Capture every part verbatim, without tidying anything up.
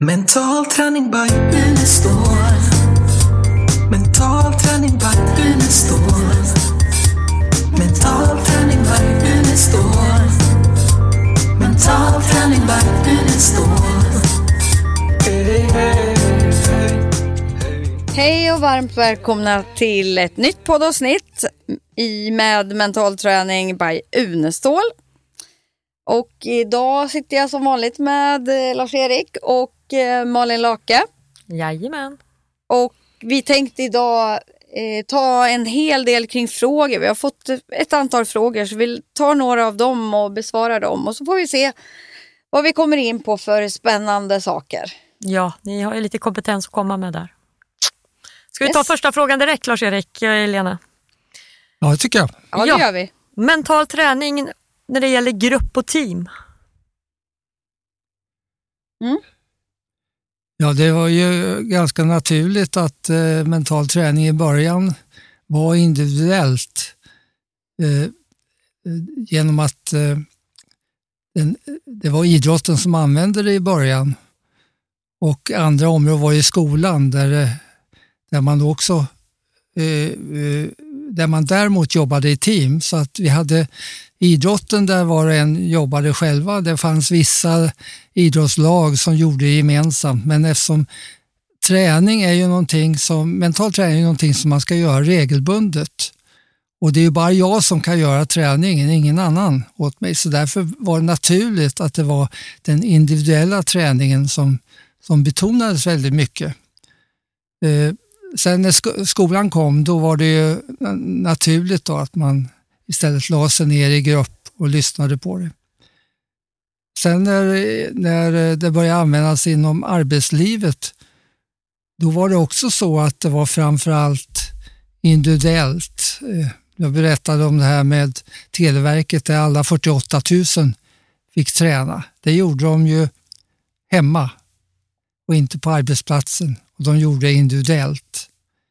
Mental träning by Unestål. Mental träning by Unestål. Mental träning by Unestål. Mental träning by Unestål. Hey, hey, hey, hey. Hej och varmt välkomna till ett nytt poddavsnitt i med Mental träning by Unestål. Och idag sitter jag som vanligt med Lars-Erik och Malin Lake. Jajamän. Och vi tänkte idag eh, ta en hel del kring frågor. Vi har fått ett antal frågor så vi tar några av dem och besvarar dem. Och så får vi se vad vi kommer in på för spännande saker. Ja, ni har ju lite kompetens att komma med där. Ska vi Yes. ta första frågan direkt, Lars-Erik och Elena? Ja, det tycker jag. Ja, det Ja. gör vi. Mental träning när det gäller grupp och team. Ja, det var ju ganska naturligt att eh, mental träning i början var individuellt eh, genom att eh, den, det var idrotten som använde det i början och andra områden var i skolan där, det, där man också eh, eh, där man däremot jobbade i team, så att vi hade idrotten där var och en jobbade själva. Det fanns vissa idrottslag som gjorde det gemensamt, men eftersom träning är ju någonting som, mental träning är någonting som man ska göra regelbundet. Och det är ju bara jag som kan göra träningen, ingen annan åt mig. Så därför var det naturligt att det var den individuella träningen som, som betonades väldigt mycket. Eh, sen när sk- skolan kom, då var det ju naturligt då att man istället la sig ner i grupp och lyssnade på det. Sen när, när det började användas inom arbetslivet, då var det också så att det var framförallt individuellt. Jag berättade om det här med Televerket där alla fyrtioåtta tusen fick träna. Det gjorde de ju hemma och inte på arbetsplatsen. Och de gjorde det individuellt.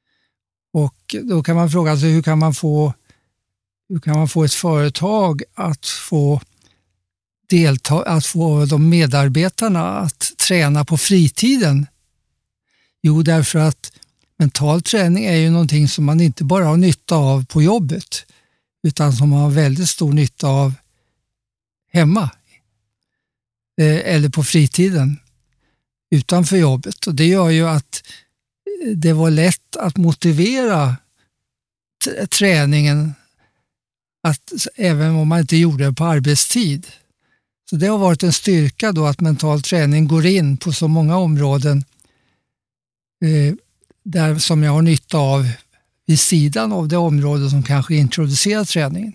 Och då kan man fråga sig, hur kan man få Hur kan man få ett företag att få, delta, att få de medarbetarna att träna på fritiden? Jo, därför att mental träning är ju någonting som man inte bara har nytta av på jobbet utan som man har väldigt stor nytta av hemma eh, eller på fritiden utanför jobbet. Och det gör ju att det var lätt att motivera t- träningen att även om man inte gjorde det på arbetstid. Så det har varit en styrka då att mental träning går in på så många områden eh, där som jag har nytta av vid sidan av det område som kanske introducerar träningen.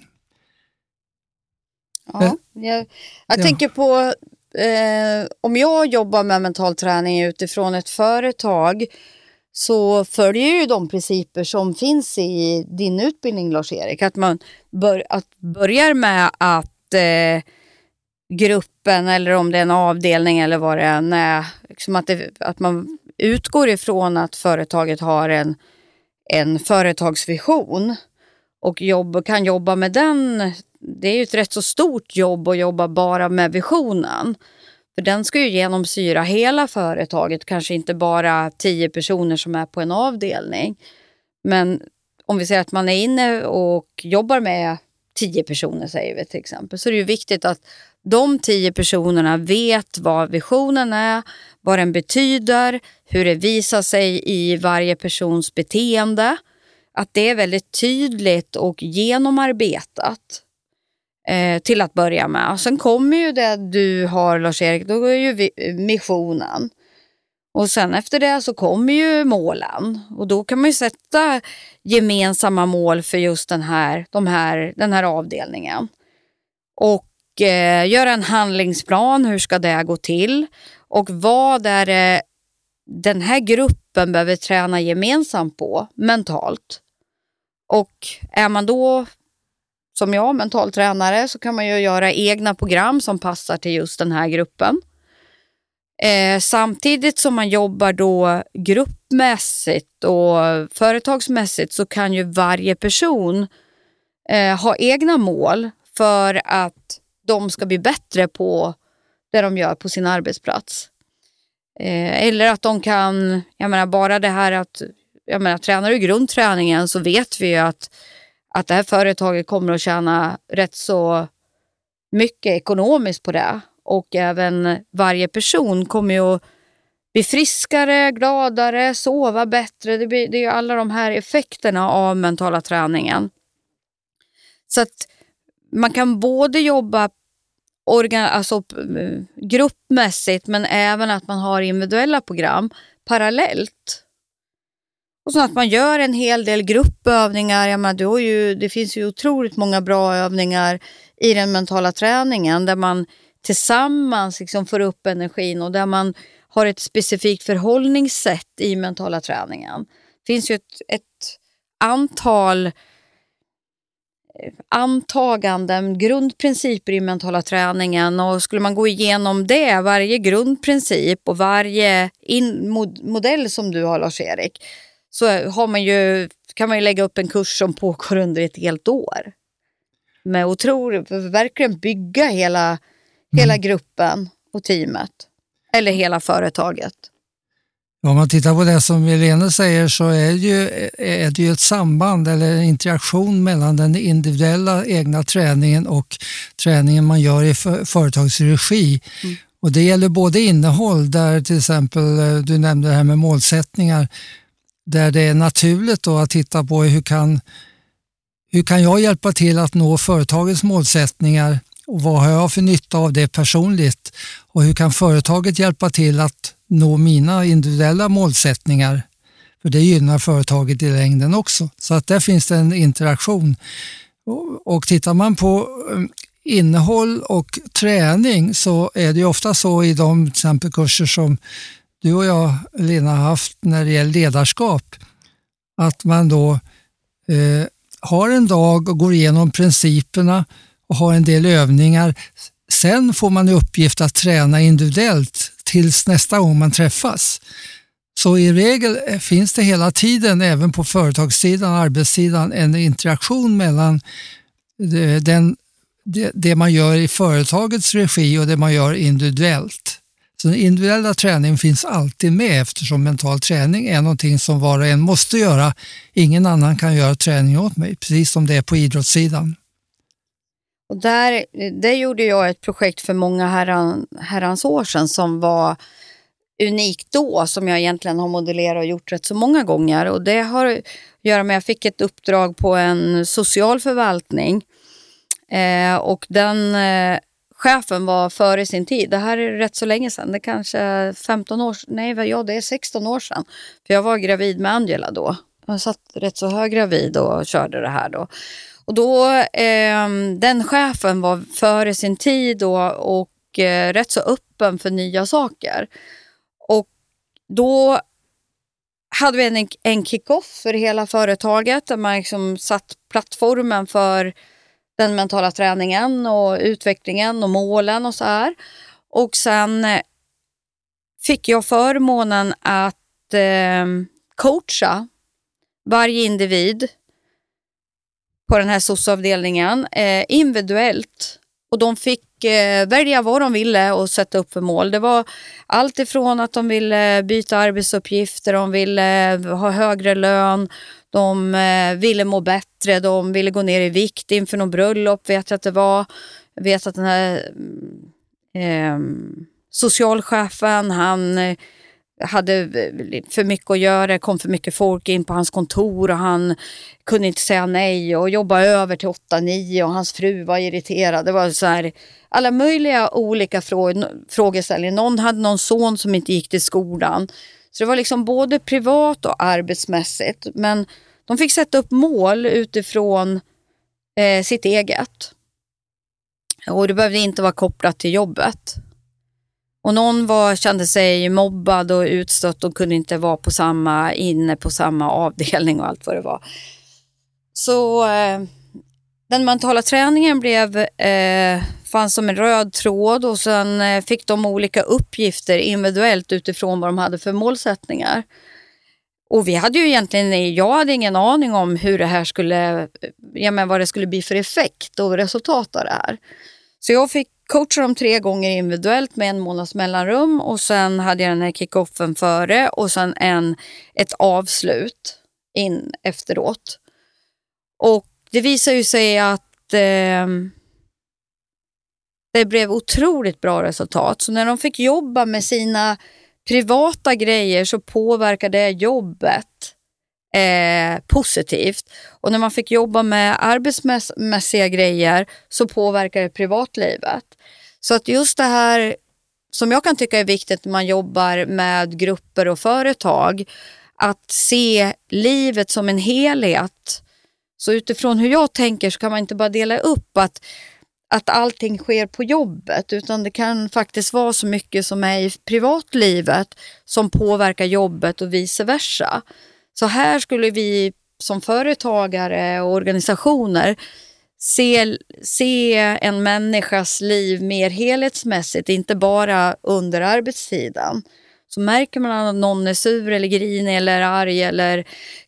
Ja, jag jag Ja. tänker på eh, om jag jobbar med mental träning utifrån ett företag så följer ju de principer som finns i din utbildning, Lars-Erik. Att man bör, att börjar med att eh, gruppen eller om det är en avdelning eller vad det än är, liksom att, det, att man utgår ifrån att företaget har en, en företagsvision och jobb, kan jobba med den. Det är ju ett rätt så stort jobb att jobba bara med visionen. För den ska ju genomsyra hela företaget, kanske inte bara tio personer som är på en avdelning. Men om vi säger att man är inne och jobbar med tio personer, säger vi till exempel, så är det ju viktigt att de tio personerna vet vad visionen är, vad den betyder, hur det visar sig i varje persons beteende. Att det är väldigt tydligt och genomarbetat. Eh, till att börja med. Och sen kommer ju det du har, Lars-Erik, då är ju vi, missionen. Och sen efter det så kommer ju målen. Och då kan man ju sätta gemensamma mål för just den här, de här, den här avdelningen. Och eh, göra en handlingsplan, hur ska det gå till? Och vad är det den här gruppen behöver träna gemensamt på mentalt? Och är man då som jag, mentaltränare, så kan man ju göra egna program som passar till just den här gruppen. Eh, samtidigt som man jobbar då gruppmässigt och företagsmässigt så kan ju varje person eh, ha egna mål för att de ska bli bättre på det de gör på sin arbetsplats. Eh, eller att de kan, jag menar bara det här att, jag menar tränar du grundträningen så vet vi ju att, att det här företaget kommer att tjäna rätt så mycket ekonomiskt på det. Och även varje person kommer ju att bli friskare, gladare, sova bättre. Det, blir, det är ju alla de här effekterna av mentala träningen. Så att man kan både jobba organ, alltså, gruppmässigt men även att man har individuella program parallellt. Och så att man gör en hel del gruppövningar. Jag menar, du har ju, det finns ju otroligt många bra övningar i den mentala träningen där man tillsammans liksom får upp energin och där man har ett specifikt förhållningssätt i mentala träningen. Det finns ju ett, ett antal antaganden, grundprinciper i mentala träningen och skulle man gå igenom det, varje grundprincip och varje in, mod, modell som du har, Lars-Erik, så har man ju, kan man ju lägga upp en kurs som pågår under ett helt år. Med otroligt, verkligen bygga hela, mm. hela gruppen och teamet. Eller hela företaget. Om man tittar på det som Helene säger så är det ju, är det ju ett samband eller en interaktion mellan den individuella egna träningen och träningen man gör i företagsregi. Mm. Och det gäller både innehåll där till exempel du nämnde det här med målsättningar där det är naturligt då att titta på hur kan, hur kan jag hjälpa till att nå företagets målsättningar och vad har jag för nytta av det personligt och hur kan företaget hjälpa till att nå mina individuella målsättningar, för det gynnar företaget i längden också. Så att där finns det en interaktion. Och, och tittar man på innehåll och träning så är det ju ofta så i de till exempel kurser som du och jag, Lena, har haft när det gäller ledarskap, att man då eh, har en dag och går igenom principerna och har en del övningar. Sen får man i uppgift att träna individuellt tills nästa gång man träffas. Så i regel finns det hela tiden, även på företagssidan och arbetssidan, en interaktion mellan den, det, det man gör i företagets regi och det man gör individuellt. Så den individuella träningen finns alltid med eftersom mental träning är någonting som var och en måste göra. Ingen annan kan göra träning åt mig, precis som det är på idrottssidan. Och där, det gjorde jag ett projekt för många herran, herrans år sedan som var unikt då, som jag egentligen har modellerat och gjort rätt så många gånger. Och det har att göra med att jag fick ett uppdrag på en social förvaltning eh, och den eh, chefen var före sin tid. Det här är rätt så länge sedan, det är kanske femton år, nej ja det är sexton år sedan. För jag var gravid med Angela då. Jag satt rätt så hög gravid och körde det här då. Och då, eh, den chefen var före sin tid då, och eh, rätt så öppen för nya saker. Och då hade vi en, en kick-off för hela företaget där man liksom satt plattformen för den mentala träningen och utvecklingen och målen och så här. Och sen eh, fick jag förmånen att eh, coacha varje individ på den här S O S-avdelningen eh, individuellt. Och de fick eh, välja vad de ville och sätta upp för mål. Det var allt ifrån att de ville byta arbetsuppgifter, de ville eh, ha högre lön, de eh, ville må bättre, de ville gå ner i vikt inför någon bröllop, vet jag att det var. Jag vet att den här eh, socialchefen, han eh, hade för mycket att göra, kom för mycket folk in på hans kontor och han kunde inte säga nej och jobba över till åtta nio och hans fru var irriterad. Det var så här alla möjliga olika frå- frågeställningar. Någon hade någon son som inte gick till skolan. Så det var liksom både privat och arbetsmässigt, men de fick sätta upp mål utifrån eh, sitt eget. Och det behövde inte vara kopplat till jobbet. Och någon var, kände sig mobbad och utstött och kunde inte vara på samma, inne på samma avdelning och allt vad det var. Så eh, den mentala träningen blev, eh, fanns som en röd tråd och sen eh, fick de olika uppgifter individuellt utifrån vad de hade för målsättningar. Och vi hade ju egentligen, jag hade ingen aning om hur det här skulle, ja men vad det skulle bli för effekt och resultat av det här. Så jag fick coachade dem tre gånger individuellt med en månads mellanrum och sen hade jag den här kick-offen före och sen en, ett avslut in efteråt. Och det visar ju sig att eh, det blev otroligt bra resultat. Så när de fick jobba med sina privata grejer så påverkade det jobbet eh, positivt. Och när man fick jobba med arbetsmässiga grejer så påverkar det privatlivet. Så att just det här som jag kan tycka är viktigt när man jobbar med grupper och företag, att se livet som en helhet. Så utifrån hur jag tänker så kan man inte bara dela upp att, att allting sker på jobbet, utan det kan faktiskt vara så mycket som är i privatlivet som påverkar jobbet och vice versa. Så här skulle vi som företagare och organisationer se, se en människas liv mer helhetsmässigt, inte bara under arbetstiden. Så märker man att någon är sur eller grinig eller arg eller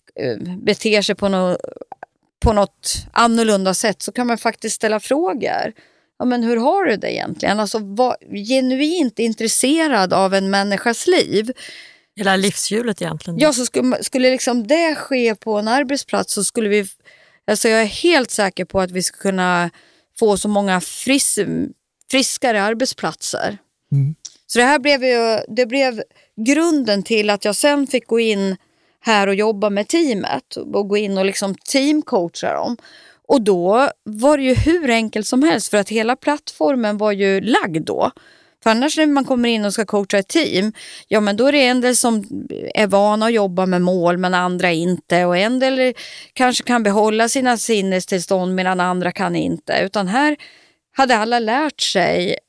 uh, beter sig på något, på något annorlunda sätt, så kan man faktiskt ställa frågor. Ja, men hur har du det egentligen? Alltså var genuint intresserad av en människas liv. Hela livshjulet egentligen. Ja, så skulle, skulle liksom det ske på en arbetsplats så skulle vi, alltså jag är helt säker på att vi ska kunna få så många fris, friskare arbetsplatser. Mm. Så det här blev ju, det blev grunden till att jag sen fick gå in här och jobba med teamet och gå in och liksom teamcoacha dem. Och då var det ju hur enkelt som helst, för att hela plattformen var ju lagd då. För annars när man kommer in och ska coacha ett team, ja men då är det en del som är vana att jobba med mål men andra inte. Och en del kanske kan behålla sina sinnestillstånd medan andra kan inte. Utan här hade alla lärt sig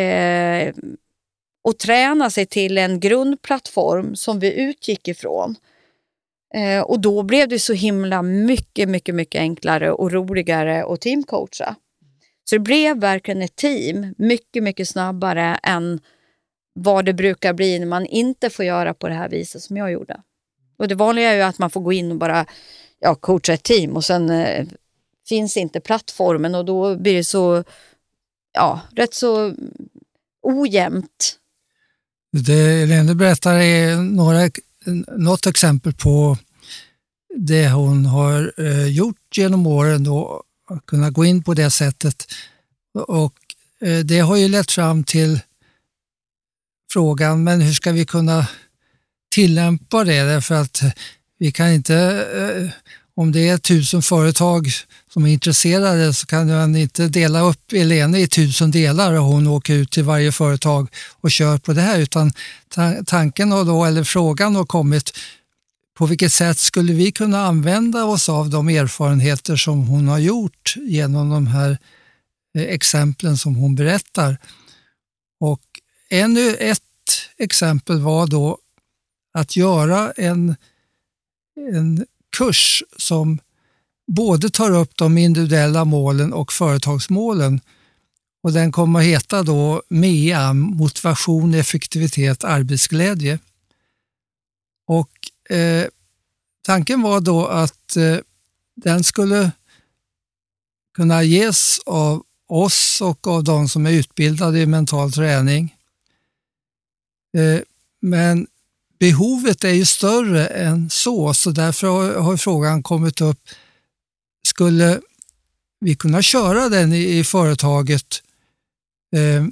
eh, och träna sig till en grundplattform som vi utgick ifrån. Eh, och då blev det så himla mycket, mycket, mycket enklare och roligare att teamcoacha. Så det blev verkligen ett team mycket, mycket snabbare än vad det brukar bli när man inte får göra på det här viset som jag gjorde. Och det vanliga är ju att man får gå in och bara ja, coacha ett team och sen eh, finns inte plattformen och då blir det så, ja, rätt så ojämnt. Det Elene berättar är några, något exempel på det hon har eh, gjort genom åren då, att kunna gå in på det sättet. Och eh, det har ju lett fram till frågan, men hur ska vi kunna tillämpa det? Därför att vi kan inte, eh, om det är tusen företag som är intresserade så kan man inte dela upp Elene i tusen delar och hon åker ut till varje företag och kör på det här, utan ta- tanken har då, eller frågan har kommit, på vilket sätt skulle vi kunna använda oss av de erfarenheter som hon har gjort genom de här exemplen som hon berättar. Och ännu ett exempel var då att göra en, en kurs som både tar upp de individuella målen och företagsmålen. Och den kommer att heta då M E A, motivation, effektivitet, arbetsglädje. Och eh, tanken var då att eh, den skulle kunna ges av oss och av de som är utbildade i mental träning. Eh, men behovet är ju större än så, så därför har, har frågan kommit upp, skulle vi kunna köra den i, i företaget eh,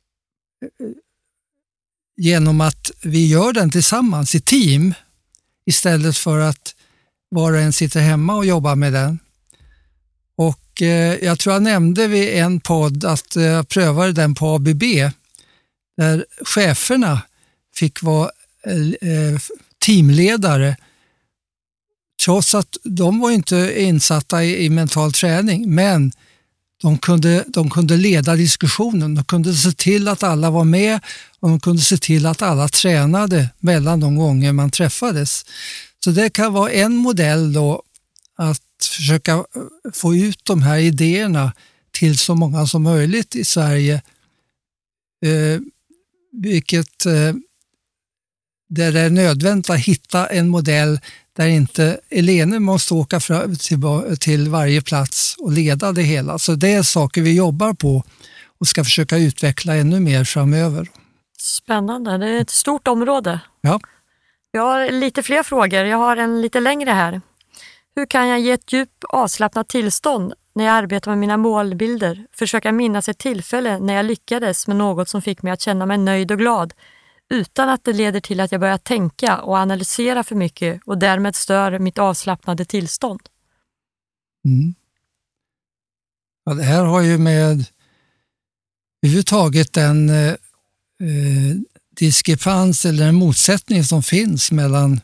genom att vi gör den tillsammans i team istället för att var och en sitter hemma och jobbar med den. Och eh, jag tror jag nämnde vid en podd att jag eh, prövade den på A B B där cheferna fick vara eh, teamledare trots att de var inte insatta i, i mental träning, men de kunde, de kunde leda diskussionen. De kunde se till att alla var med och de kunde se till att alla tränade mellan de gånger man träffades. Så det kan vara en modell då att försöka få ut de här idéerna till så många som möjligt i Sverige. Eh, vilket eh, där det är nödvändigt att hitta en modell där inte Elene måste åka fram till, till varje plats och leda det hela. Så det är saker vi jobbar på och ska försöka utveckla ännu mer framöver. Spännande, det är ett stort område. Ja. Jag har lite fler frågor, jag har en lite längre här. Hur kan jag ge ett djupt avslappnat tillstånd när jag arbetar med mina målbilder? Försöka minnas ett tillfälle när jag lyckades med något som fick mig att känna mig nöjd och glad utan att det leder till att jag börjar tänka och analysera för mycket och därmed stör mitt avslappnade tillstånd. Mm. Ja, det här har ju med överhuvudtaget en eh, diskrepans eller en motsättning som finns mellan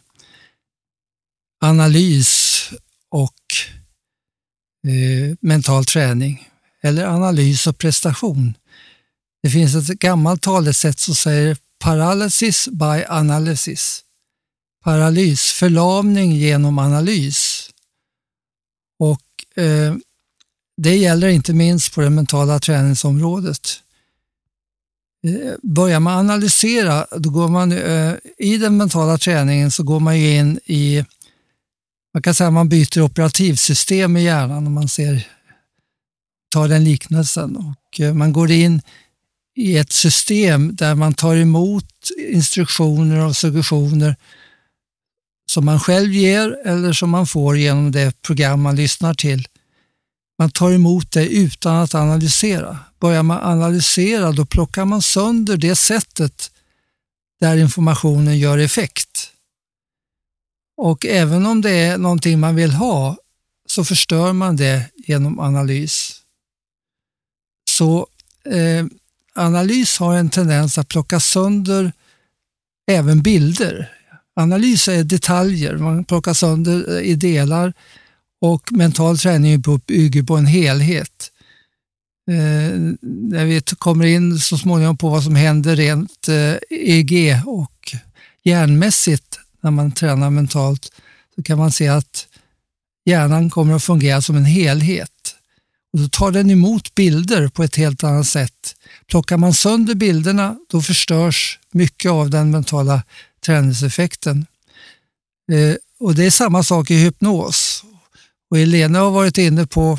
analys och eh, mental träning eller analys och prestation. Det finns ett gammalt talesätt som säger paralysis by analysis. Paralys, förlamning genom analys. Och eh, det gäller inte minst på det mentala träningsområdet. Eh, börjar man analysera, då går man eh, i den mentala träningen så går man ju in i, man kan säga att man byter operativsystem i hjärnan om man ser, tar den liknelsen. Och eh, man går in i ett system där man tar emot instruktioner och suggestioner som man själv ger eller som man får genom det program man lyssnar till. Man tar emot det utan att analysera. Börjar man analysera, då plockar man sönder det sättet där informationen gör effekt. Och även om det är någonting man vill ha så förstör man det genom analys. Så eh, analys har en tendens att plocka sönder även bilder. Analys är detaljer, man plockar sönder i delar och mental träning bygger på en helhet. Eh, när vi kommer in så småningom på vad som händer rent eh, E E G och hjärnmässigt när man tränar mentalt, så kan man se att hjärnan kommer att fungera som en helhet. Och då tar den emot bilder på ett helt annat sätt. Plockar man sönder bilderna, då förstörs mycket av den mentala träningseffekten. Eh, och det är samma sak i hypnos. Och Elena har varit inne på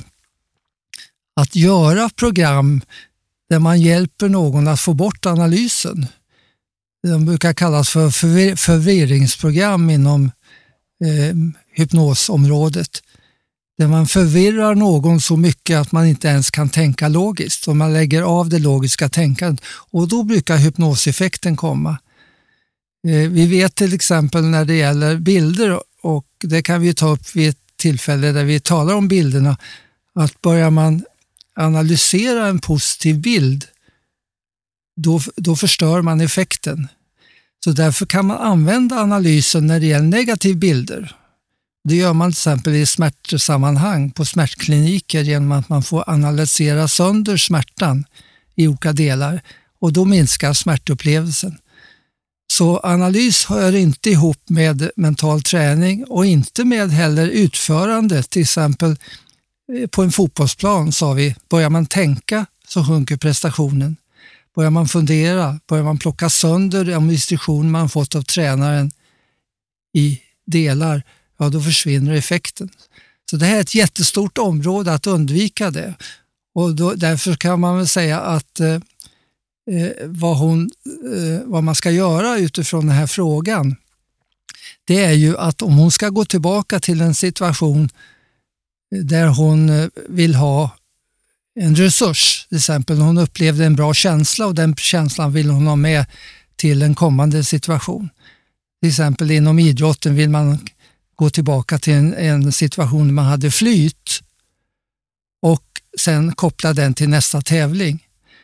att göra program där man hjälper någon att få bort analysen. De brukar kallas för förvir- förvirringsprogram inom eh, hypnosområdet. Där man förvirrar någon så mycket att man inte ens kan tänka logiskt. Och man lägger av det logiska tänkandet. Och då brukar hypnoseffekten komma. Eh, vi vet till exempel när det gäller bilder, och det kan vi ta upp vid ett tillfälle där vi talar om bilderna, att börjar man analysera en positiv bild, då, då förstör man effekten. Så därför kan man använda analysen när det gäller negativa bilder. Det gör man till exempel i smärtsammanhang på smärtkliniker genom att man får analysera sönder smärtan i olika delar, och då minskar smärtupplevelsen. Så analys hör inte ihop med mental träning och inte med heller utförande. Till exempel på en fotbollsplan sa vi, börjar man tänka så sjunker prestationen. Börjar man fundera, börjar man plocka sönder de instruktioner man fått av tränaren i delar, ja då försvinner effekten. Så det här är ett jättestort område att undvika det. Och då, därför kan man väl säga att eh, vad, hon, eh, vad man ska göra utifrån den här frågan, det är ju att om hon ska gå tillbaka till en situation där hon vill ha en resurs, till exempel hon upplevde en bra känsla och den känslan vill hon ha med till en kommande situation. Till exempel inom idrotten vill man gå tillbaka till en, en situation där man hade flyt och sen koppla den till nästa tävling.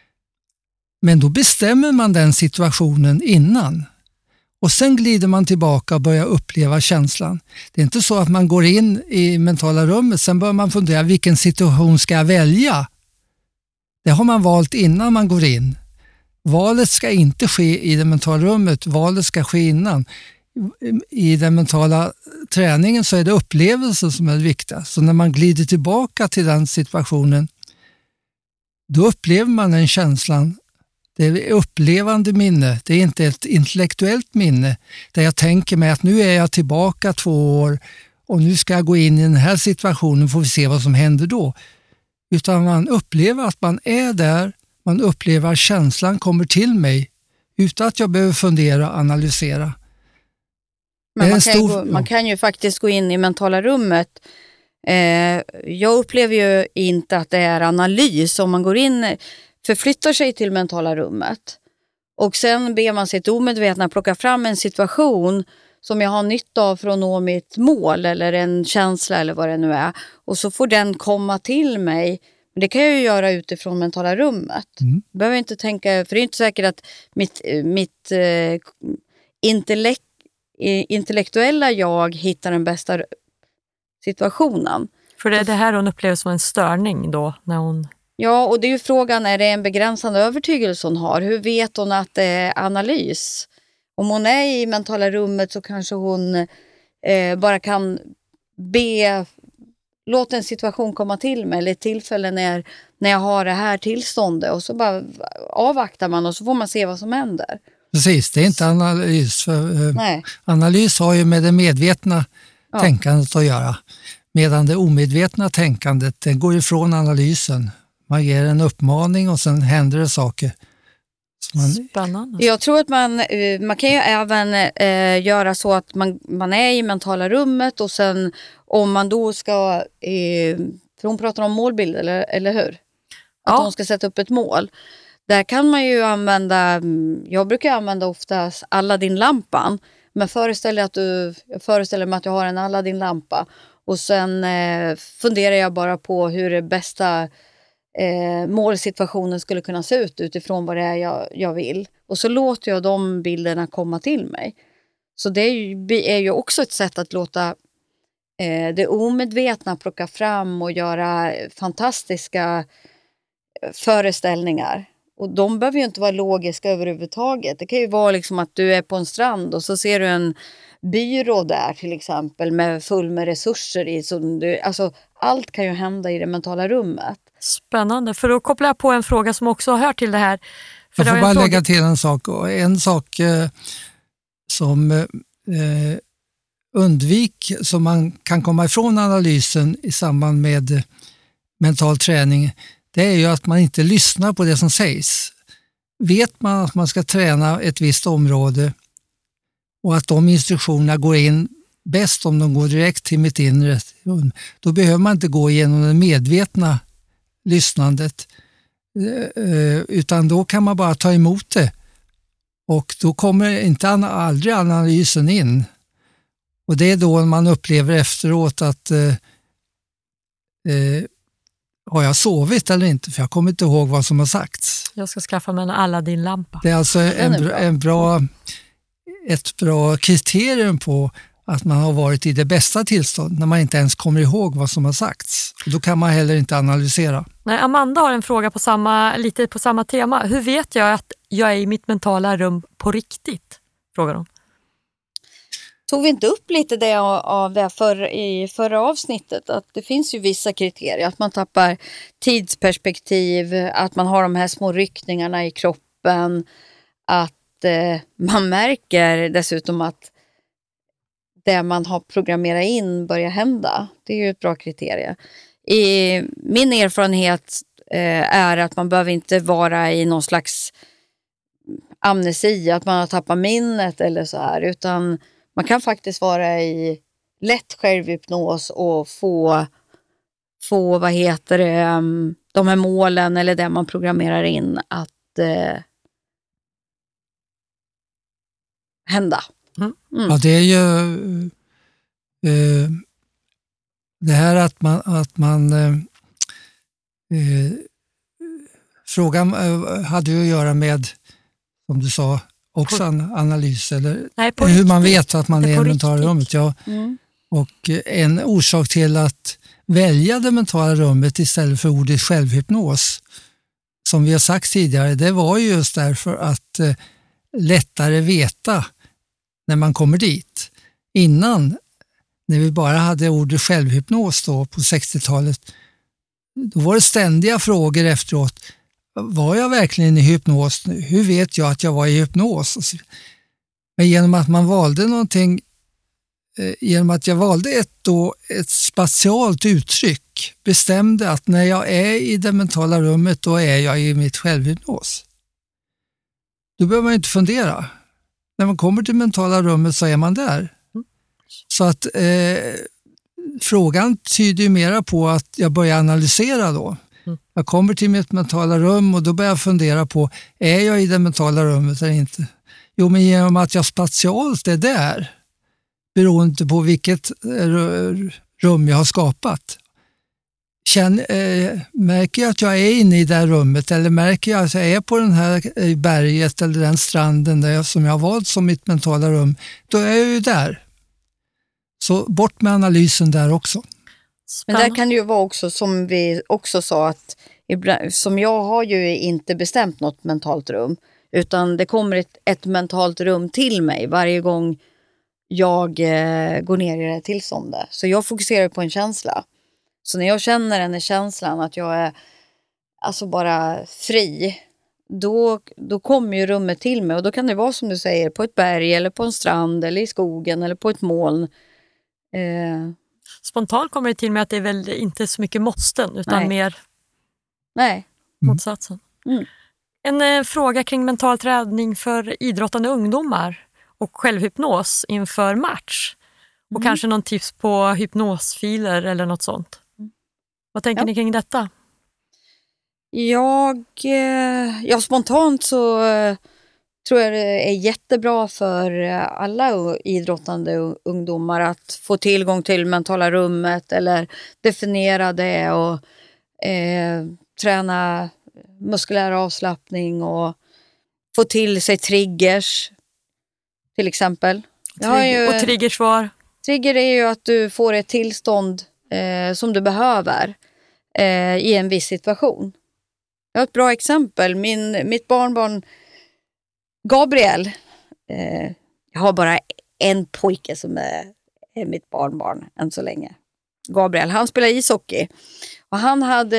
Men då bestämmer man den situationen innan. Och sen glider man tillbaka och börjar uppleva känslan. Det är inte så att man går in i mentala rummet, sen börjar man fundera vilken situation ska jag välja. Det har man valt innan man går in. Valet ska inte ske i det mentala rummet, valet ska ske innan. I den mentala träningen så är det upplevelsen som är det viktiga. Så när man glider tillbaka till den situationen, då upplever man den känslan. Det är upplevande minne, det är inte ett intellektuellt minne där jag tänker mig att nu är jag tillbaka två år och nu ska jag gå in i den här situationen, får vi se vad som händer då. Utan man upplever att man är där, man upplever att känslan kommer till mig utan att jag behöver fundera och analysera. Men man kan, stor, gå, man kan ju faktiskt gå in i mentala rummet. Eh, jag upplever ju inte att det är analys. Om man går in, förflyttar sig till mentala rummet och sen ber man sitt omedvetna plocka fram en situation som jag har nytta av för att nå mitt mål eller en känsla eller vad det nu är. Och så får den komma till mig. Det kan jag ju göra utifrån mentala rummet. Mm. Jag behöver inte tänka, för det är inte säkert att mitt, mitt eh, intellekt, intellektuella jag hittar den bästa situationen. För det är det här hon upplever som en störning då när hon... Ja, och det är ju frågan, är det en begränsande övertygelse hon har? Hur vet hon att det är analys? Om hon är i mentala rummet så kanske hon eh, bara kan be, låt en situation komma till mig, eller ett tillfälle när, när jag har det här tillståndet, och så bara avvaktar man och så får man se vad som händer. Precis, det är inte analys. För, eh, Nej. Analys har ju med det medvetna Ja. tänkandet att göra. Medan det omedvetna tänkandet, det går ifrån analysen. Man ger en uppmaning och sen händer det saker. Så man, Spännande. Jag tror att man, eh, man kan ju även eh, göra så att man, man är i mentala rummet och sen om man då ska, eh, för hon pratar om målbild, eller, eller hur? Att Ja. hon ska sätta upp ett mål. Där kan man ju använda, jag brukar använda oftast Aladdin-lampan. Men föreställ dig att du, jag föreställer mig att jag har en Aladdin-lampa. Och sen eh, funderar jag bara på hur det bästa eh, målsituationen skulle kunna se ut utifrån vad det är jag, jag vill. Och så låter jag de bilderna komma till mig. Så det är ju, är ju också ett sätt att låta eh, det omedvetna plocka fram och göra fantastiska föreställningar. Och de behöver ju inte vara logiska överhuvudtaget. Det kan ju vara liksom att du är på en strand och så ser du en byrå där till exempel med full med resurser i. Så du, alltså, allt kan ju hända i det mentala rummet. Spännande, för då kopplar jag på en fråga som också hör till det här. För jag det får var bara en fråga... lägga till en sak. Och en sak eh, som eh, undvik, som man kan komma ifrån analysen i samband med mental träning, det är ju att man inte lyssnar på det som sägs. Vet man att man ska träna ett visst område och att de instruktionerna går in bäst om de går direkt till mitt inre, då behöver man inte gå igenom det medvetna lyssnandet, utan då kan man bara ta emot det och då kommer inte aldrig analysen in. Och det är då man upplever efteråt att eh, eh, har jag sovit eller inte? För jag kommer inte ihåg vad som har sagts. Jag ska skaffa mig en Aladdin-lampa. Det är alltså en, är bra. en bra, ett bra kriterium på att man har varit i det bästa tillstånd när man inte ens kommer ihåg vad som har sagts. Och då kan man heller inte analysera. Nej, Amanda har en fråga på samma, lite på samma tema. Hur vet jag att jag är i mitt mentala rum på riktigt? Frågar hon. Tog vi inte upp lite det av det för, i förra avsnittet, att det finns ju vissa kriterier, att man tappar tidsperspektiv, att man har de här små ryckningarna i kroppen, att eh, man märker dessutom att det man har programmerat in börjar hända. Det är ju ett bra kriterie. I min erfarenhet eh, är att man behöver inte vara i någon slags amnesi, att man har tappat minnet eller så här, utan man kan faktiskt vara i lätt självhypnos och få, få vad heter det, de här målen eller det man programmerar in att eh, hända. Mm. Mm. Ja, det är ju eh, det här att man, att man eh, eh, frågan eh, hade ju att göra med, som du sa, också en analys eller Nej, på hur riktigt. man vet att man Det är är i på det mentala riktigt. rummet. Ja. Mm. Och en orsak till att välja det mentala rummet istället för ordet självhypnos, som vi har sagt tidigare, det var ju just därför att eh, lättare veta när man kommer dit. Innan, när vi bara hade ordet självhypnos då på sextiotalet, då var det ständiga frågor efteråt. Var jag verkligen i hypnos? Hur vet jag att jag var i hypnos? Men genom att man valde någonting, eh, genom att jag valde ett, då, ett spatialt uttryck och bestämde att när jag är i det mentala rummet, då är jag i mitt självhypnos. Då behöver man inte fundera. När man kommer till mentala rummet så är man där. Mm. Så att eh, frågan tyder ju mera på att jag börjar analysera då. Mm. Jag kommer till mitt mentala rum och då börjar jag fundera på, är jag i det mentala rummet eller inte? Jo, men genom att jag spatialt är där, beroende på vilket rum jag har skapat. Känner, eh, märker jag att jag är inne i det här rummet, eller märker jag att jag är på den här berget eller den stranden där jag, som jag har valt som mitt mentala rum, då är jag ju där. Så bort med analysen där också. Men där kan det ju vara också, som vi också sa, att ibland, som jag har ju inte bestämt något mentalt rum, utan det kommer ett, ett mentalt rum till mig varje gång jag eh, går ner i det här tillståndet. Så jag fokuserar på en känsla. Så när jag känner den här känslan att jag är alltså bara fri, då, då kommer ju rummet till mig. Och då kan det vara som du säger, på ett berg eller på en strand eller i skogen eller på ett moln. Eh. Spontant kommer det till mig att det är väl inte så mycket måsten, utan Nej. mer Nej. motsatsen. Mm. En eh, fråga kring mental träning för idrottande ungdomar och självhypnos inför match. Och Mm. kanske någon tips på hypnosfiler eller något sånt. Vad tänker Ja. ni kring detta? Jag, eh, ja, spontant så eh, tror jag det är jättebra för eh, alla u- idrottande u- ungdomar att få tillgång till mentala rummet eller definiera det och eh, träna muskulär avslappning och få till sig triggers till exempel. Jag har ju, Och triggers var? trigger är ju att du får ett tillstånd eh, som du behöver eh, i en viss situation. Jag har ett bra exempel. Min, mitt barnbarn Gabriel, eh, jag har bara en pojke som är, är mitt barnbarn än så länge. Gabriel, han spelar ishockey och han hade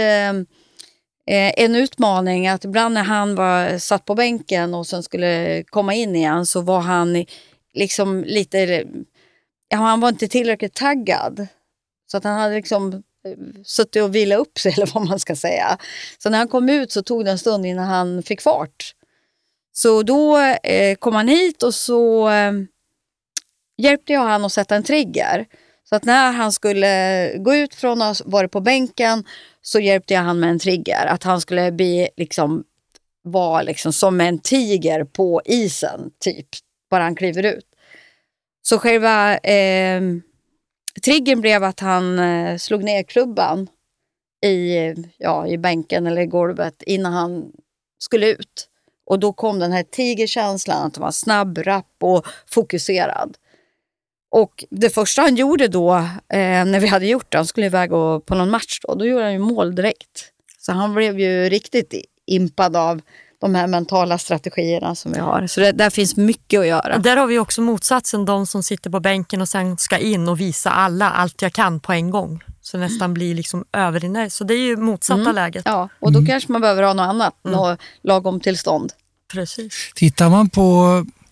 eh, en utmaning att ibland när han var satt på bänken och sen skulle komma in igen så var han liksom lite, ja, han var inte tillräckligt taggad. Så att han hade liksom suttit och vila upp sig eller vad man ska säga. Så när han kom ut så tog det en stund innan han fick fart. Så då eh, kom han hit och så eh, hjälpte jag han att sätta en trigger. Så att när han skulle gå ut från oss, var på bänken, så hjälpte jag han med en trigger. Att han skulle bli liksom, vara liksom som en tiger på isen typ. Bara han kliver ut. Så själva eh, triggern blev att han eh, slog ner klubban i, ja, i bänken eller i golvet innan han skulle ut. Och då kom den här tigerkänslan att han var snabb, rapp och fokuserad. Och det första han gjorde då, eh, när vi hade gjort det, han skulle iväg på någon match då, då gjorde han ju mål direkt. Så han blev ju riktigt impad av de här mentala strategierna som vi har. Så det, där finns mycket att göra. Och där har vi också motsatsen, de som sitter på bänken och sen ska in och visa alla allt jag kan på en gång. Så nästan blir liksom överinner. Så det är ju motsatta Mm. läget. Ja, och då Mm. kanske man behöver ha något annat, Mm. något lagom tillstånd. Precis. Tittar man på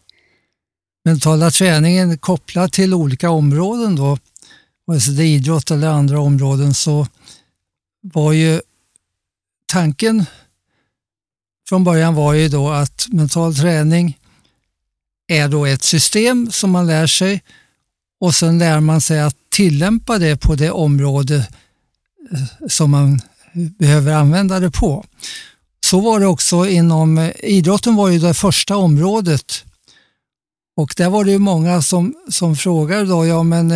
mentala träningen kopplat till olika områden då, alltså det är idrott eller andra områden, så var ju tanken från början var ju då att mental träning är då ett system som man lär sig och sen lär man sig att tillämpa det på det område som man behöver använda det på. Så var det också inom idrotten, var ju det första området. Och där var det ju många som, som frågade då, ja men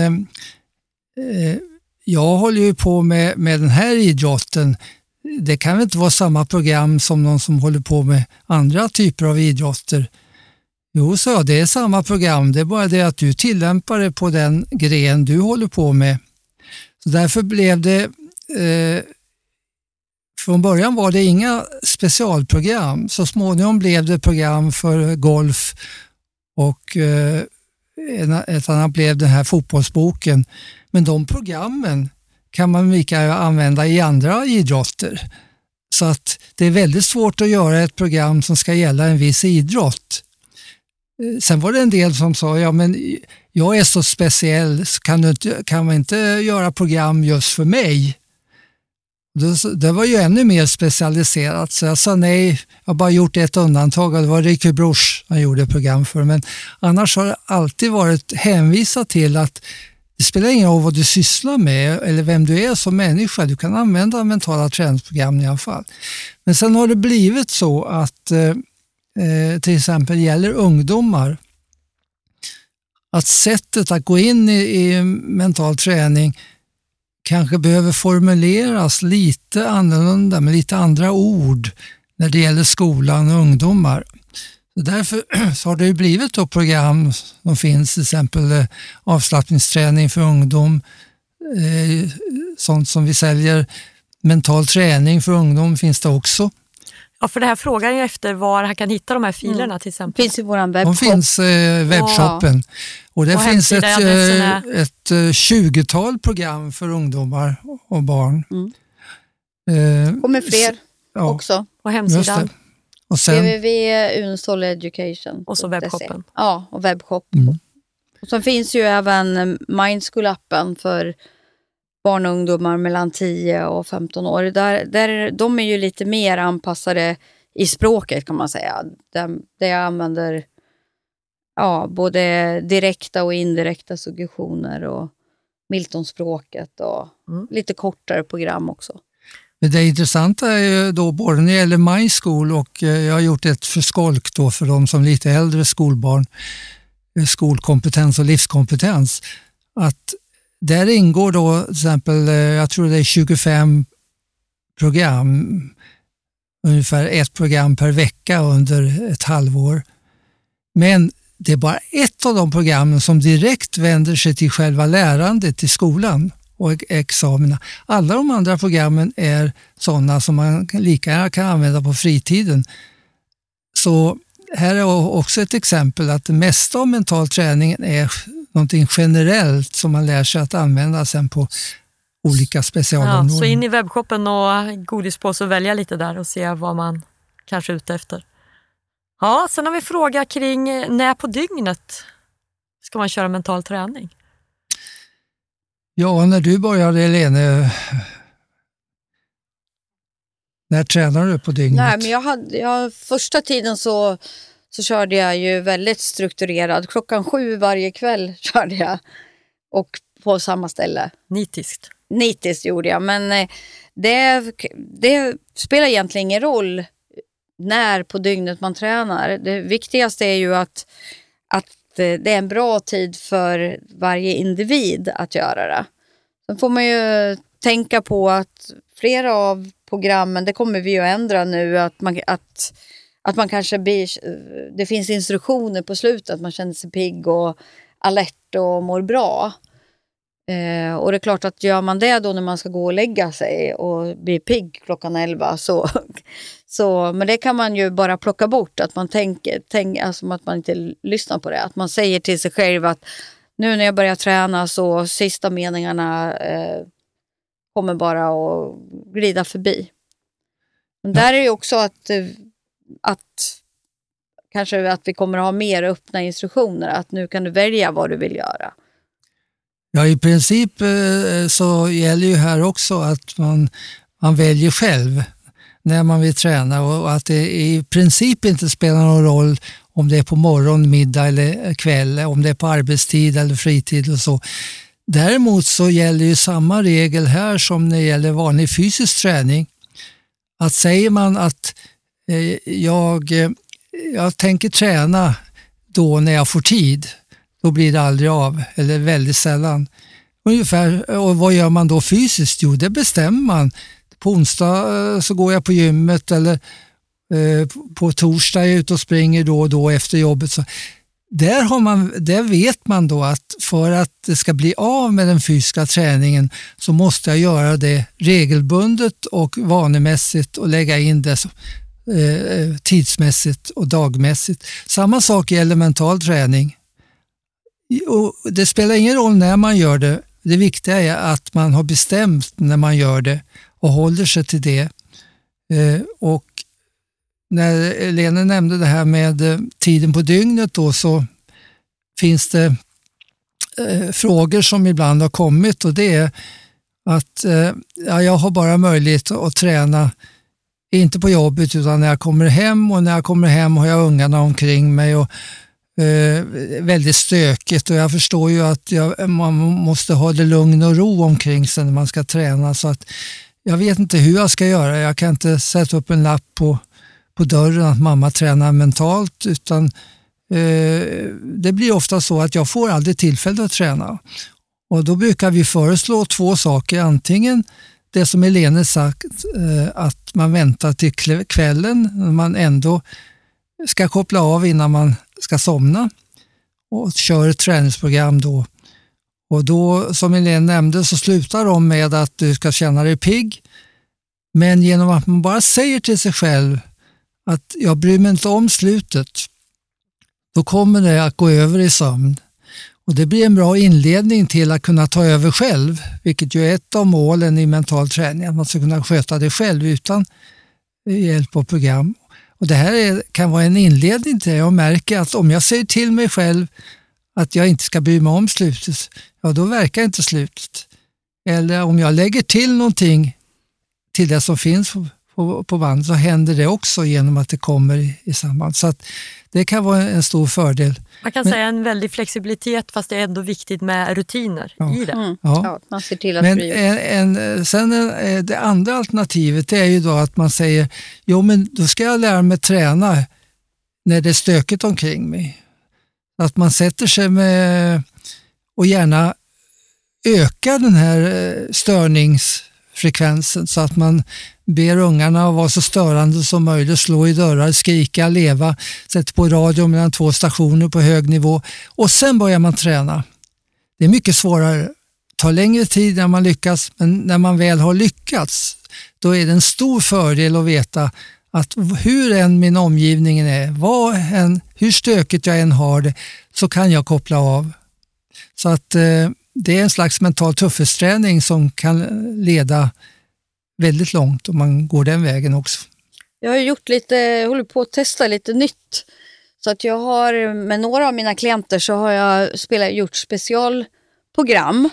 eh, jag håller ju på med, med den här idrotten. Det kan väl inte vara samma program som någon som håller på med andra typer av idrotter. Jo, så det är samma program. Det är bara det att du tillämpar det på den gren du håller på med. Så därför blev det, eh, från början var det inga specialprogram. Så småningom blev det program för golf och eh, ett annat blev den här fotbollsboken. Men de programmen kan man mycket använda i andra idrotter. Så att det är väldigt svårt att göra ett program som ska gälla en viss idrott. Sen var det en del som sa, ja men jag är så speciell, så kan, du inte, kan man inte göra program just för mig? Det, det var ju ännu mer specialiserat, så jag sa nej. Jag har bara gjort ett undantag och det var Ricky Bruch jag gjorde program för. Men annars har det alltid varit hänvisat till att det spelar ingen roll vad du sysslar med eller vem du är som människa. Du kan använda mentala träningsprogram i alla fall. Men sen har det blivit så att eh, till exempel gäller ungdomar att sättet att gå in i, i mental träning kanske behöver formuleras lite annorlunda med lite andra ord när det gäller skolan och ungdomar. Så därför så har det ju blivit då program som finns, till exempel eh, avslappningsträning för ungdom, eh, sånt som vi säljer, mental träning för ungdom finns det också. Ja, för det här frågar ju efter var han kan hitta de här filerna mm. till exempel. Finns i våran webbshop. De finns eh, webbshoppen. Ja. Och det och finns ett, eh, ett eh, tjugotal program för ungdomar och barn. Mm. Eh, och med fler ja. också. Och hemsidan. Och sen, w w w punkt unesol education. Och så webbshoppen. Ja, och webbshop. Mm. Och sen finns ju även Mindschool-appen för barn och ungdomar mellan tio och femton år. Där, där, de är ju lite mer anpassade i språket kan man säga. Där, där jag använder ja, både direkta och indirekta suggestioner och Milton-språket och mm. lite kortare program också. Men det intressanta är ju då både när det gäller Mindschool och jag har gjort ett för skolk då för de som är lite äldre skolbarn, skolkompetens och livskompetens, att där ingår då till exempel, jag tror det är tjugofem program, ungefär ett program per vecka under ett halvår. Men det är bara ett av de programmen som direkt vänder sig till själva lärandet i skolan och examina. Alla de andra programmen är sådana som man lika gärna kan använda på fritiden. Så här är också ett exempel att det mesta av mental träning är någonting generellt som man lär sig att använda sen på olika specialområden. Ja, så in i webbshoppen och godispåse och välja lite där och se vad man kanske är ute efter. Ja, sen har vi fråga kring när på dygnet ska man köra mental träning? Ja, när du började, Helene, när tränar du på dygnet? Nej, men jag hade, jag, första tiden så, så körde jag ju väldigt strukturerad. Klockan sju varje kväll körde jag och på samma ställe. Nitiskt. Nitiskt gjorde jag, men det, det spelar egentligen ingen roll när på dygnet man tränar. Det viktigaste är ju att, att det är en bra tid för varje individ att göra det. Sen får man ju tänka på att flera av programmen, det kommer vi ju att ändra nu, att man, att, att man kanske blir, det finns instruktioner på slutet, att man känner sig pigg och alert och mår bra. Eh, och det är klart att gör man det då när man ska gå och lägga sig och bli pigg klockan elva så, så men det kan man ju bara plocka bort, att man tänker, tänk, alltså att man inte lyssnar på det, att man säger till sig själv att nu när jag börjar träna så sista meningarna eh, kommer bara att glida förbi. Men där är ju också att, att kanske att vi kommer att ha mer öppna instruktioner, att nu kan du välja vad du vill göra. Ja, i princip så gäller ju här också att man, man väljer själv när man vill träna och att det i princip inte spelar någon roll om det är på morgon, middag eller kväll, om det är på arbetstid eller fritid och så. Däremot så gäller ju samma regel här som när det gäller vanlig fysisk träning. Att säger man att eh, jag, jag tänker träna då när jag får tid, då blir det aldrig av, eller väldigt sällan. Ungefär, och vad gör man då fysiskt? Jo, det bestämmer man. På onsdag så går jag på gymmet eller eh, på torsdag är jag ute och springer då och då efter jobbet. Så där, har man, där vet man då att för att det ska bli av med den fysiska träningen så måste jag göra det regelbundet och vanemässigt och lägga in det så, eh, tidsmässigt och dagmässigt. Samma sak gäller mental träning. Och det spelar ingen roll när man gör det. Det viktiga är att man har bestämt när man gör det och håller sig till det. Eh, och när Lena nämnde det här med eh, tiden på dygnet då, så finns det eh, frågor som ibland har kommit, och det är att eh, ja, jag har bara möjlighet att träna, inte på jobbet utan när jag kommer hem, och när jag kommer hem har jag ungarna omkring mig och eh, väldigt stökigt, och jag förstår ju att jag, man måste ha det lugn och ro omkring sig när man ska träna, så att jag vet inte hur jag ska göra. Jag kan inte sätta upp en lapp på, på dörren att mamma tränar mentalt, utan eh, det blir ofta så att jag får aldrig tillfälle att träna. Och då brukar vi föreslå två saker. Antingen det som Helene sagt, eh, att man väntar till kvällen när man ändå ska koppla av innan man ska somna, och kör ett träningsprogram då. Och då, som Helene nämnde, så slutar de med att du ska känna dig pigg. Men genom att man bara säger till sig själv att jag bryr mig inte om slutet, då kommer det att gå över i sömn. Och det blir en bra inledning till att kunna ta över själv, vilket ju är ett av målen i mental träning, att man ska kunna sköta det själv utan hjälp av program. Och det här är, kan vara en inledning till det. Jag märker att om jag säger till mig själv att jag inte ska bry mig om slutet, ja då verkar inte slutet. Eller om jag lägger till någonting till det som finns på, på, på band, så händer det också genom att det kommer i, i samband. Så att det kan vara en stor fördel. Man kan Men, säga en väldig flexibilitet, fast det är ändå viktigt med rutiner ja, i det. Mm. Ja. Ja, man ser till att Men bry. en, en, sen en, det andra alternativet är ju då att man säger, jo men då ska jag lära mig träna när det är stökigt omkring mig. Att man sätter sig med och gärna ökar den här störningsfrekvensen, så att man ber ungarna att vara så störande som möjligt, slå i dörrar, skrika, leva, sätter på radio mellan två stationer på hög nivå, och sen börjar man träna. Det är mycket svårare, tar längre tid när man lyckas, men när man väl har lyckats, då är det en stor fördel att veta att hur än min omgivning är, vad än, hur stökigt jag än har det, så kan jag koppla av. Så att eh, det är en slags mental tuffhetsträning som kan leda väldigt långt om man går den vägen också. Jag har gjort lite, jag håller på att testa lite nytt. Så att jag har med några av mina klienter så har jag spelat, gjort specialprogram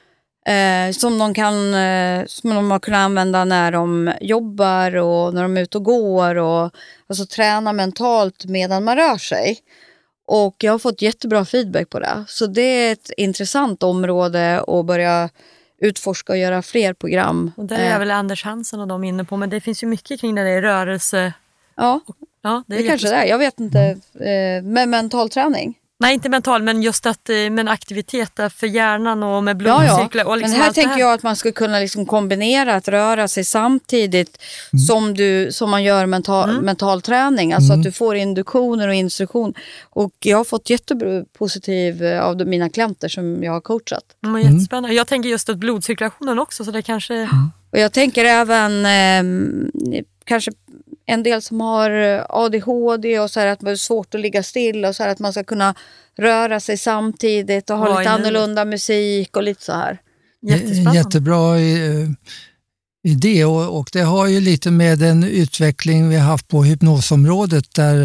eh, som de kan eh, som de har kunnat använda när de jobbar och när de är ute och går, och alltså träna mentalt medan man rör sig. Och jag har fått jättebra feedback på det. Så det är ett intressant område att börja utforska och göra fler program. Och där är väl Anders Hansen och de inne på, men det finns ju mycket kring det där rörelse. Ja, ja det är det kanske det är. Jag vet inte. Eh, med mental träning. Nej, inte mental, men just att med aktiviteter för hjärnan och med blodcirklar. Ja, ja. Och liksom men här allt tänker det här. jag att man ska kunna liksom kombinera att röra sig samtidigt mm. som, du, som man gör mental, mm. mental träning. Alltså mm. att du får induktioner och instruktion. Och jag har fått jättepositiv av mina klienter som jag har coachat. Mm, jättespännande. Jag tänker just att blodcirkulationen också, så det kanske... Mm. Och jag tänker även eh, kanske en del som har A D H D och så här, att det är svårt att ligga still och så här, att man ska kunna röra sig samtidigt och ha Oj, lite annorlunda musik och lite så här. Jättespännande. Jättebra idé, och, och det har ju lite med den utveckling vi har haft på hypnosområdet, där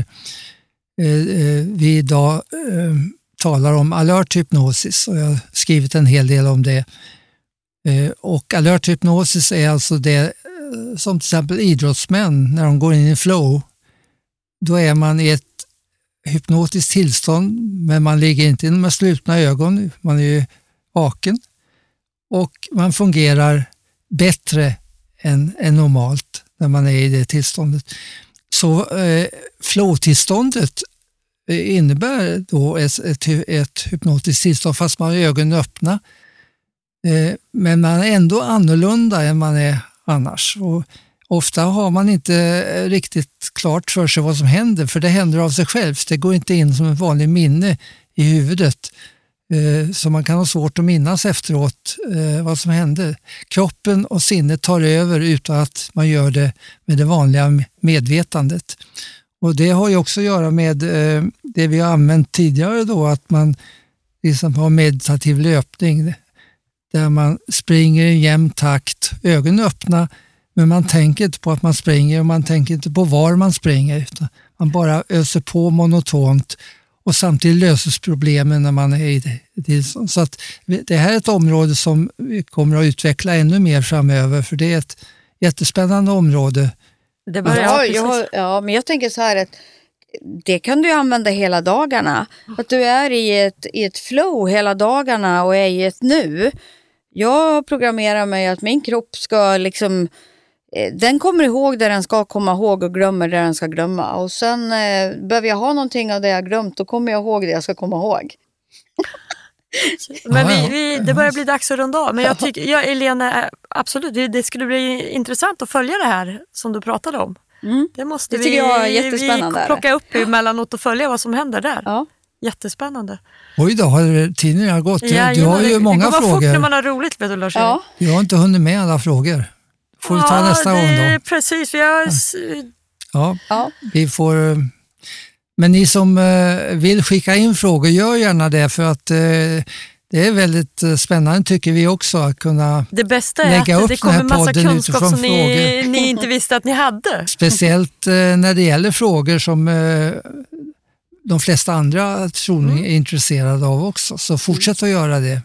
eh, vi idag eh, talar om alert hypnosis, och jag har skrivit en hel del om det. Eh, och alert hypnosis är alltså det som till exempel idrottsmän, när de går in i flow, då är man i ett hypnotiskt tillstånd, men man ligger inte med slutna ögon, man är ju vaken, och man fungerar bättre än, än normalt när man är i det tillståndet. Så eh, flow-tillståndet innebär då ett, ett, ett hypnotiskt tillstånd fast man har ögonen öppna, eh, men man är ändå annorlunda än man är annars. Och ofta har man inte riktigt klart för sig vad som händer, för det händer av sig självt. Det går inte in som en vanlig minne i huvudet, eh, så man kan ha svårt att minnas efteråt eh, vad som hände. Kroppen och sinnet tar över utan att man gör det med det vanliga medvetandet. Och det har ju också att göra med eh, det vi har använt tidigare då, att man liksom har meditativ löpning där man springer i jämn takt, ögonen öppna, men man tänker inte på att man springer och man tänker inte på var man springer, utan man bara öser på monotont och samtidigt löses problemen när man är i tillstånd. Så att det här är ett område som vi kommer att utveckla ännu mer framöver, för det är ett jättespännande område. Det börjar Ja, ja, jag, ja, men jag tänker så här att det kan du använda hela dagarna. Att du är i ett, i ett flow hela dagarna och är i ett nu. Jag programmerar mig att min kropp ska liksom, den kommer ihåg det den ska komma ihåg och glömmer det den ska glömma. Och sen eh, behöver jag ha någonting av det jag glömt, då kommer jag ihåg det jag ska komma ihåg. Men Ja, ja. vi, vi, det börjar bli dags att runda av. Men jag tycker, ja, Elena, absolut, det, det skulle bli intressant att följa det här som du pratade om. Mm. Det måste Det tycker vi, jag är jättespännande. vi plocka upp emellanåt och följa vad som händer där. Ja. Jättespännande. Oj då, har tiden har gått. Du, Ja, du har det- ju många det går bara fort frågor. när man har roligt, vet du, Lars. Ja. Jag har inte hunnit med alla frågor. Får vi ta ja, nästa det, gång då? Precis, vi har, Ja, Ja. vi får... eh, Men ni som eh, vill skicka in frågor, gör gärna det, för att eh, det är väldigt eh, spännande tycker vi också att kunna, det bästa är lägga att upp det den här kommer massa podden kunskap utifrån som ni, ni inte visste att ni hade. speciellt eh, när det gäller frågor som eh, de flesta andra tror ni är intresserade av också. Så fortsätt att göra det.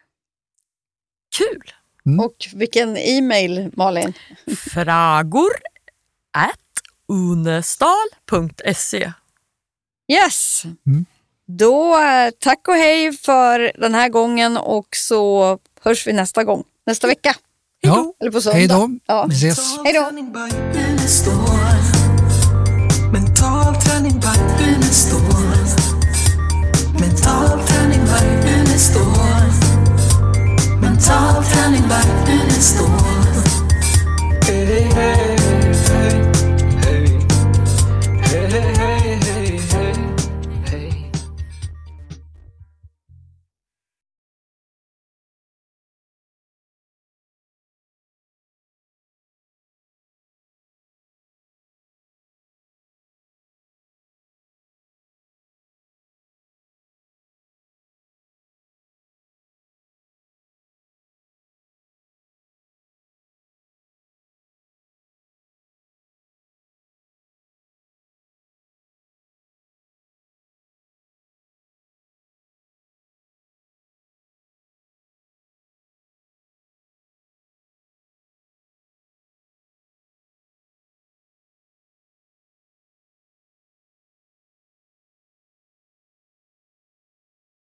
Kul! Och vilken e-mail, Malin? Fragor at unestal punkt se. Yes! Mm. Då eh, tack och hej för den här gången och så hörs vi nästa gång. Nästa vecka. Ja, Eller på söndag. hej då. Ja. Vi ses. Hej då. Träning by Unestål. Mental träning by Unestål. Mental träning by Unestål.